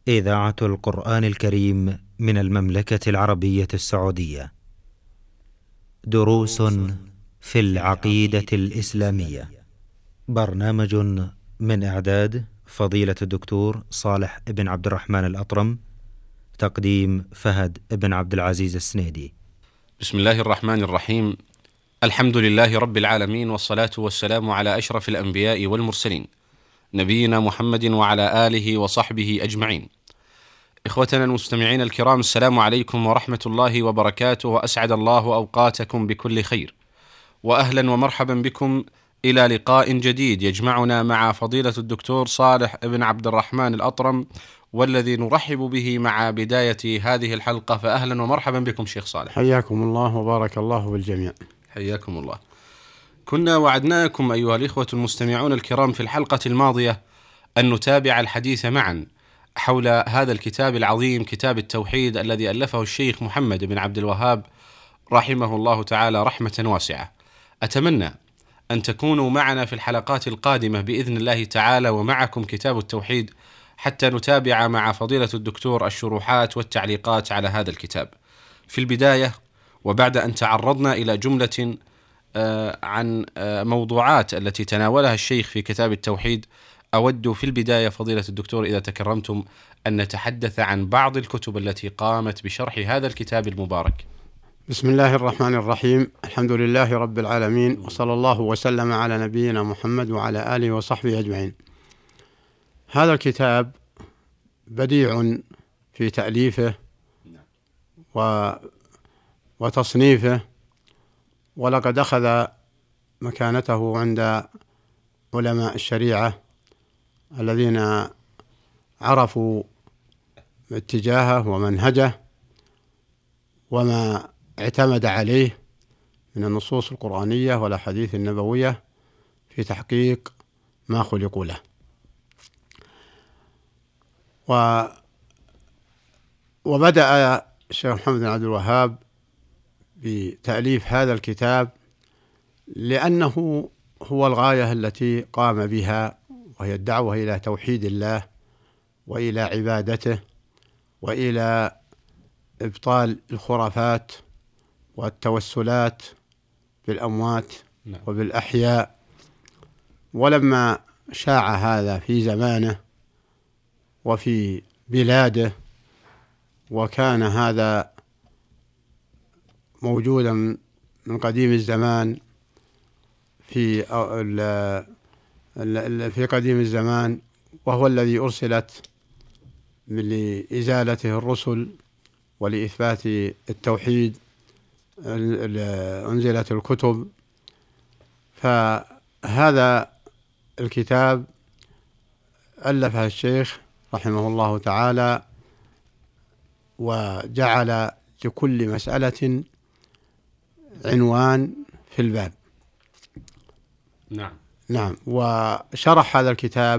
إذاعة القرآن الكريم من المملكة العربية السعودية. دروس في العقيدة الإسلامية. برنامج من إعداد فضيلة الدكتور صالح بن عبد الرحمن الأطرم. تقديم فهد بن عبد العزيز السنيدي. بسم الله الرحمن الرحيم. الحمد لله رب العالمين، والصلاة والسلام على أشرف الأنبياء والمرسلين، نبينا محمد وعلى آله وصحبه أجمعين. إخوتنا المستمعين الكرام، السلام عليكم ورحمة الله وبركاته، وأسعد الله أوقاتكم بكل خير، وأهلا ومرحبا بكم إلى لقاء جديد يجمعنا مع فضيلة الدكتور صالح بن عبد الرحمن الأطرم، والذي نرحب به مع بداية هذه الحلقة. فأهلا ومرحبا بكم شيخ صالح. حياكم الله وبارك الله بالجميع. حياكم الله. كنا وعدناكم أيها الإخوة المستمعون الكرام في الحلقة الماضية أن نتابع الحديث معا حول هذا الكتاب العظيم، كتاب التوحيد، الذي ألفه الشيخ محمد بن عبد الوهاب رحمه الله تعالى رحمة واسعة. أتمنى أن تكونوا معنا في الحلقات القادمة بإذن الله تعالى، ومعكم كتاب التوحيد، حتى نتابع مع فضيلة الدكتور الشروحات والتعليقات على هذا الكتاب. في البداية، وبعد أن تعرضنا إلى جملة عن موضوعات التي تناولها الشيخ في كتاب التوحيد، أود في البداية فضيلة الدكتور إذا تكرمتم أن نتحدث عن بعض الكتب التي قامت بشرح هذا الكتاب المبارك. بسم الله الرحمن الرحيم. الحمد لله رب العالمين، وصلى الله وسلم على نبينا محمد وعلى آله وصحبه أجمعين. هذا الكتاب بديع في تأليفه وتصنيفه، ولقد أخذ مكانته عند علماء الشريعة الذين عرفوا اتجاهه ومنهجه وما اعتمد عليه من النصوص القرآنية والأحاديث النبوية في تحقيق ما خلقوا له. وبدأ الشيخ محمد بن عبد الوهاب بتأليف هذا الكتاب لأنه هو الغاية التي قام بها، وهي الدعوة إلى توحيد الله وإلى عبادته وإلى إبطال الخرافات والتوسلات بالأموات وبالأحياء. ولما شاع هذا في زمانه وفي بلاده، وكان هذا موجودا من قديم الزمان في قديم الزمان، وهو الذي أرسلت لإزالته الرسل ولإثبات التوحيد أنزلت الكتب. فهذا الكتاب ألفه الشيخ رحمه الله تعالى، وجعل لكل مسألة عنوان في الباب. نعم. وشرح هذا الكتاب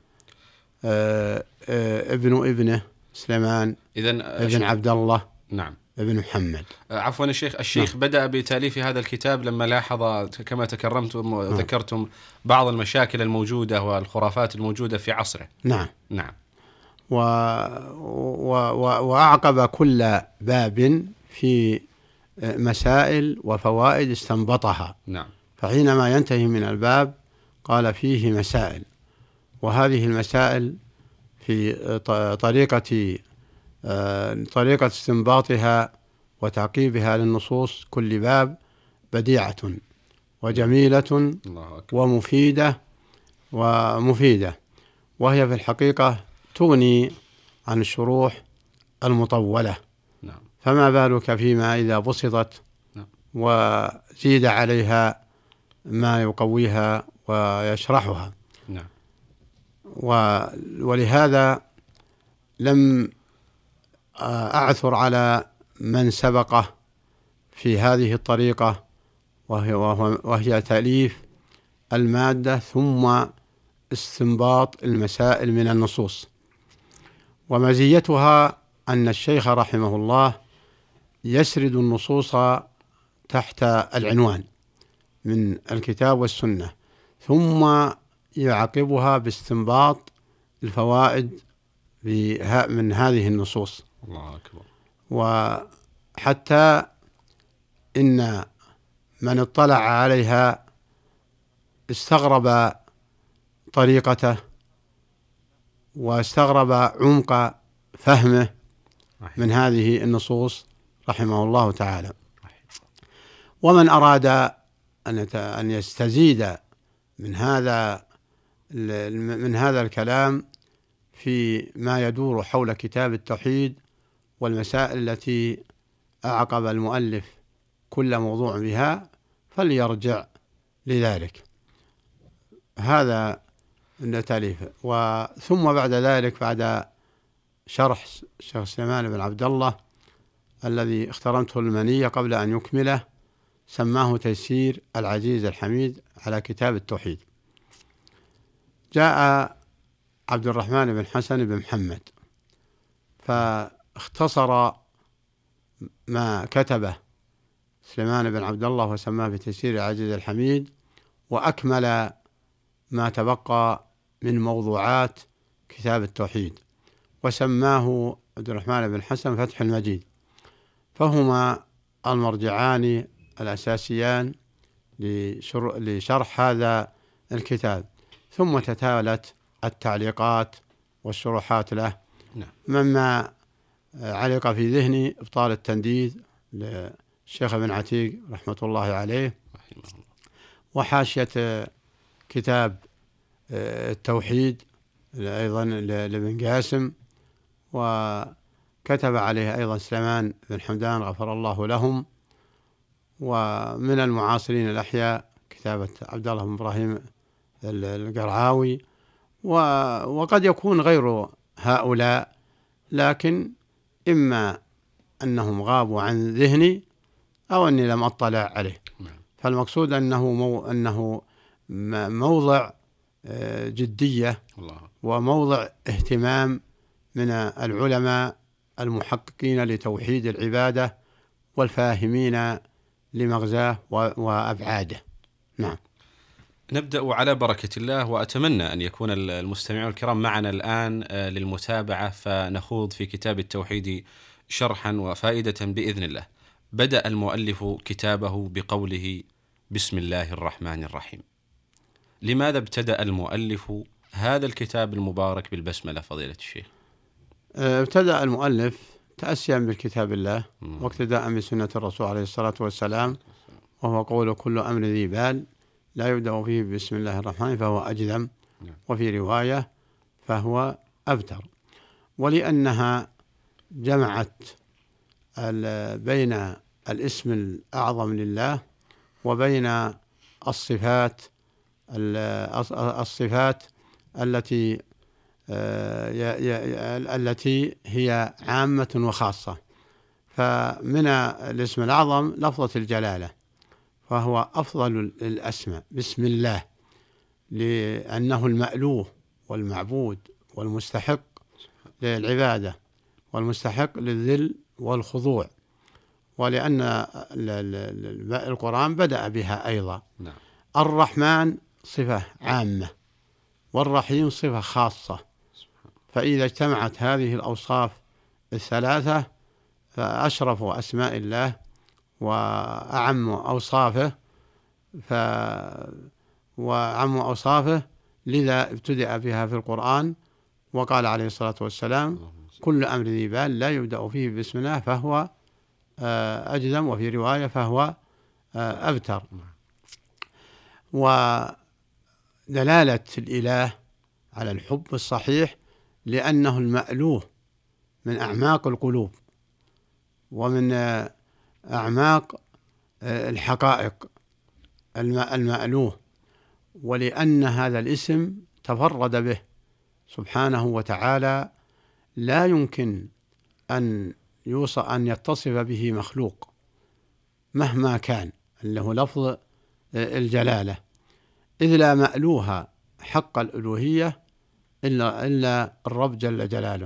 ابنه سليمان ابن عبد الله ابن محمد. عفوا الشيخ بدأ بتأليف هذا الكتاب لما لاحظ كما تكرمتم وذكرتم بعض المشاكل الموجودة والخرافات الموجودة في عصره. نعم. وأعقب كل باب في مسائل وفوائد استنبطها. فحينما ينتهي من الباب قال فيه مسائل، وهذه المسائل في طريقة استنباطها وتعقيبها للنصوص كل باب بديعة وجميلة ومفيدة، وهي في الحقيقة تغني عن الشروح المطولة. فما بالك فيما إذا بسطت وزيد عليها ما يقويها ويشرحها. ولهذا لم أعثر على من سبقه في هذه الطريقة، وهي تأليف المادة ثم استنباط المسائل من النصوص. ومزيتها أن الشيخ رحمه الله يسرد النصوص تحت العنوان من الكتاب والسنة، ثم يعقبها باستنباط الفوائد من هذه النصوص. الله أكبر. وحتى إن من اطلع عليها استغرب طريقته واستغرب عمق فهمه من هذه النصوص رحمه الله تعالى. ومن أراد أن يستزيد من هذا الكلام في ما يدور حول كتاب التوحيد والمسائل التي أعقب المؤلف كل موضوع بها فليرجع لذلك. هذا التأليف. ثم بعد ذلك، بعد شرح الشيخ سليمان بن عبد الله الذي اخترمته المنية قبل أن يكمله، سماه تيسير العزيز الحميد على كتاب التوحيد. جاء عبد الرحمن بن حسن بن محمد فاختصر ما كتبه سليمان بن عبد الله وسماه بتيسير العزيز الحميد، وأكمل ما تبقى من موضوعات كتاب التوحيد وسماه عبد الرحمن بن حسن فتح المجيد. فهما المرجعان الأساسيان لشرح هذا الكتاب. ثم تتالت التعليقات والشروحات له. مما علق في ذهني إبطال التنديد للشيخ ابن عتيق رحمة الله عليه، وحاشية كتاب التوحيد أيضا لابن قاسم، وكتب عليه أيضا سليمان بن حمدان غفر الله لهم. ومن المعاصرين الأحياء كتابة عبد الله بن إبراهيم القرعاوي، وقد يكون غير هؤلاء، لكن إما أنهم غابوا عن ذهني أو أني لم أطلع عليه. فالمقصود أنه موضع جدية وموضع اهتمام من العلماء المحققين لتوحيد العبادة والفاهمين لمغزاه وأبعاده. نعم. نبدأ على بركة الله، وأتمنى أن يكون المستمعون الكرام معنا الآن للمتابعة، فنخوض في كتاب التوحيد شرحا وفائدة بإذن الله. بدأ المؤلف كتابه بقوله بسم الله الرحمن الرحيم. لماذا ابتدأ المؤلف هذا الكتاب المبارك بالبسملة فضيلة الشيخ؟ ابتدأ المؤلف تأسيا بالكتاب الله واقتداء بسنة الرسول عليه الصلاة والسلام، وهو قول كل أمر ذي بال لا يبدأ فيه بسم الله الرحمن فهو أجذم، وفي رواية فهو أبتر. ولأنها جمعت بين الاسم الأعظم لله وبين الصفات التي هي عامة وخاصة. فمن الاسم الأعظم لفظة الجلالة، فهو أفضل الأسماء بسم الله، لأنه المألوه والمعبود والمستحق للعبادة والمستحق للذل والخضوع، ولأن القرآن بدأ بها أيضا. الرحمن صفة عامة والرحيم صفة خاصة، فإذا اجتمعت هذه الأوصاف الثلاثة فأشرف أسماء الله وأعم أوصافه لذا ابتدأ بها في القرآن. وقال عليه الصلاة والسلام كل أمر ذي بال لا يبدأ فيه بسم الله فهو أجذم، وفي رواية فهو أبتر. ودلالة الإله على الحب الصحيح لأنه المألوه من أعماق القلوب ومن أعماق الحقائق المألوه، ولأن هذا الاسم تفرد به سبحانه وتعالى، لا يمكن أن يتصف به مخلوق مهما كان، له لفظ الجلالة، إذ لا مألوها حق الألوهية إلا الرب جل جلاله.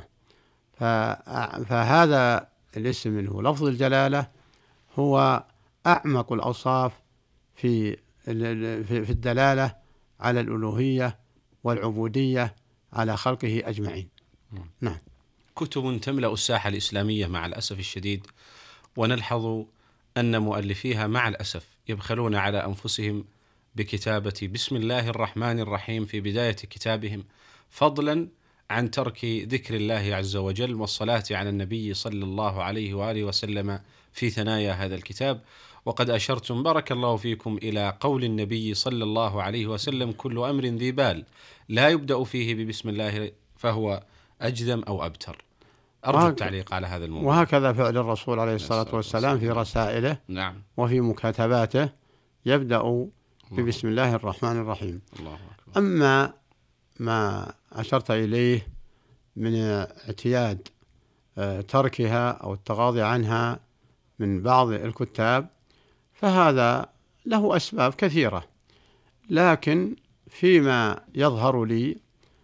فهذا الاسم له لفظ الجلالة هو أعمق الأوصاف في الدلالة على الألوهية والعبودية على خلقه أجمعين. نعم. كتب تملأ الساحة الإسلامية مع الأسف الشديد، ونلحظ أن مؤلفيها مع الأسف يبخلون على أنفسهم بكتابة بسم الله الرحمن الرحيم في بداية كتابهم، فضلا عن ترك ذكر الله عز وجل والصلاة على النبي صلى الله عليه وآله وسلم في ثنايا هذا الكتاب. وقد أشرتم بارك الله فيكم إلى قول النبي صلى الله عليه وسلم: كل أمر ذي بال لا يبدأ فيه ببسم الله فهو أجذم أو أبتر. أرجو التعليق على هذا الموضوع. وهكذا فعل الرسول عليه الصلاة والسلام في رسائله نعم. وفي مكاتباته يبدأ ببسم الله الرحمن الرحيم. الله أكبر. أما ما أشرت إليه من اعتياد تركها أو التغاضي عنها من بعض الكتاب فهذا له أسباب كثيرة، لكن فيما يظهر لي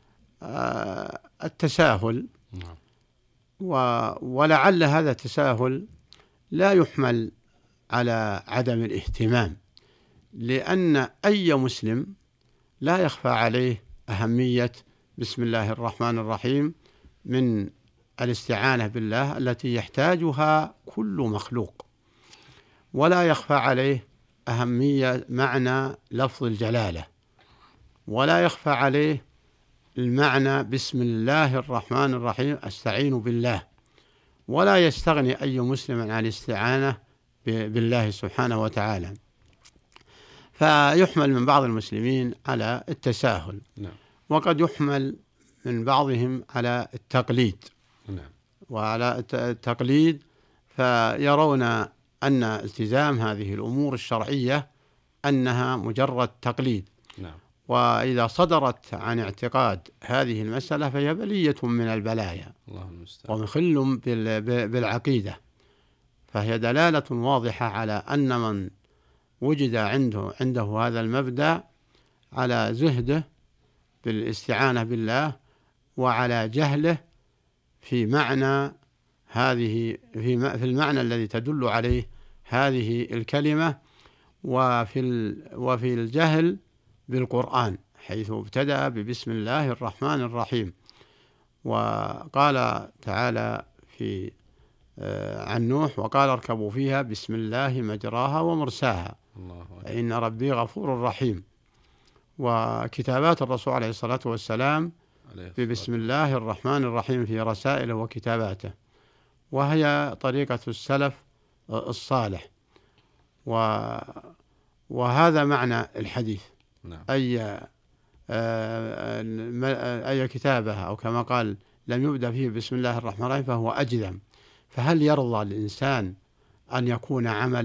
التساهل، ولعل هذا التساهل لا يحمل على عدم الاهتمام، لأن أي مسلم لا يخفى عليه أهمية بسم الله الرحمن الرحيم من الاستعانة بالله التي يحتاجها كل مخلوق، ولا يخفى عليه أهمية معنى لفظ الجلالة، ولا يخفى عليه المعنى بسم الله الرحمن الرحيم أستعين بالله، ولا يستغني أي مسلم عن الاستعانة بالله سبحانه وتعالى. فيحمل من بعض المسلمين على التساهل، وقد يحمل من بعضهم على التقليد، وعلى التقليد فيرون أن التزام هذه الأمور الشرعية أنها مجرد تقليد. وإذا صدرت عن اعتقاد هذه المسألة فهي بلية من البلايا ومخل بالعقيدة، فهي دلالة واضحة على أن من وجد عنده هذا المبدأ على زهده بالاستعانة بالله وعلى جهله في معنى هذه في المعنى الذي تدل عليه هذه الكلمة، وفي الجهل بالقرآن حيث ابتدأ ببسم الله الرحمن الرحيم. وقال تعالى في عن نوح: وقال اركبوا فيها بسم الله مجراها ومرساها إن ربي غفور رحيم. وكتابات الرسول عليه الصلاة والسلام ببسم الله الرحمن الرحيم في رسائله وكتاباته، وهي طريقة السلف الصالح، وهذا معنى الحديث. أي كتابة أو كما قال لم يبدأ فيه بسم الله الرحمن الرحيم فهو أجذم. فهل يرضى الإنسان أن يكون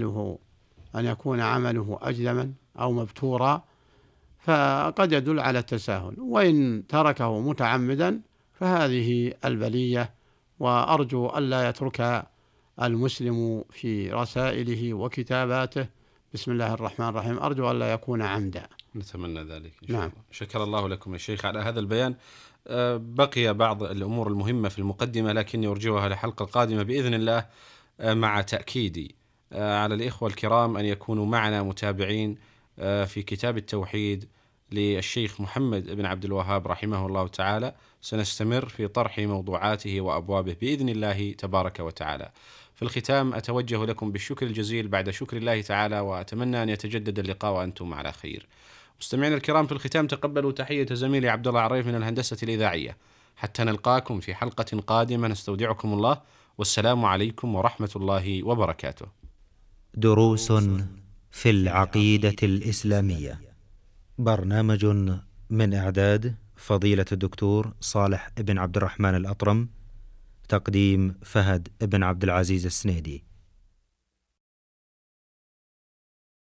عمله أجذما أو مبتورا؟ فقد يدل على التساهل، وإن تركه متعمدا فهذه البلية. وأرجو ألا يترك المسلم في رسائله وكتاباته بسم الله الرحمن الرحيم، أرجو ألا يكون عمدا. نتمنى ذلك إن شاء الله. شكر الله لكم يا شيخ على هذا البيان. بقي بعض الأمور المهمة في المقدمة لكني أرجوها لحلقة قادمة بإذن الله، مع تأكيدي على الإخوة الكرام أن يكونوا معنا متابعين في كتاب التوحيد للشيخ محمد بن عبد الوهاب رحمه الله تعالى. سنستمر في طرح موضوعاته وأبوابه بإذن الله تبارك وتعالى. في الختام أتوجه لكم بالشكر الجزيل بعد شكر الله تعالى، وأتمنى أن يتجدد اللقاء وأنتم على خير. مستمعينا الكرام، في الختام تقبلوا تحية زميلي عبد الله عريف من الهندسة الإذاعية. حتى نلقاكم في حلقة قادمة نستودعكم الله، والسلام عليكم ورحمة الله وبركاته. دروس في العقيدة الإسلامية، برنامج من إعداد فضيلة الدكتور صالح بن عبد الرحمن الأطرم، تقديم فهد بن عبد العزيز السنيدي.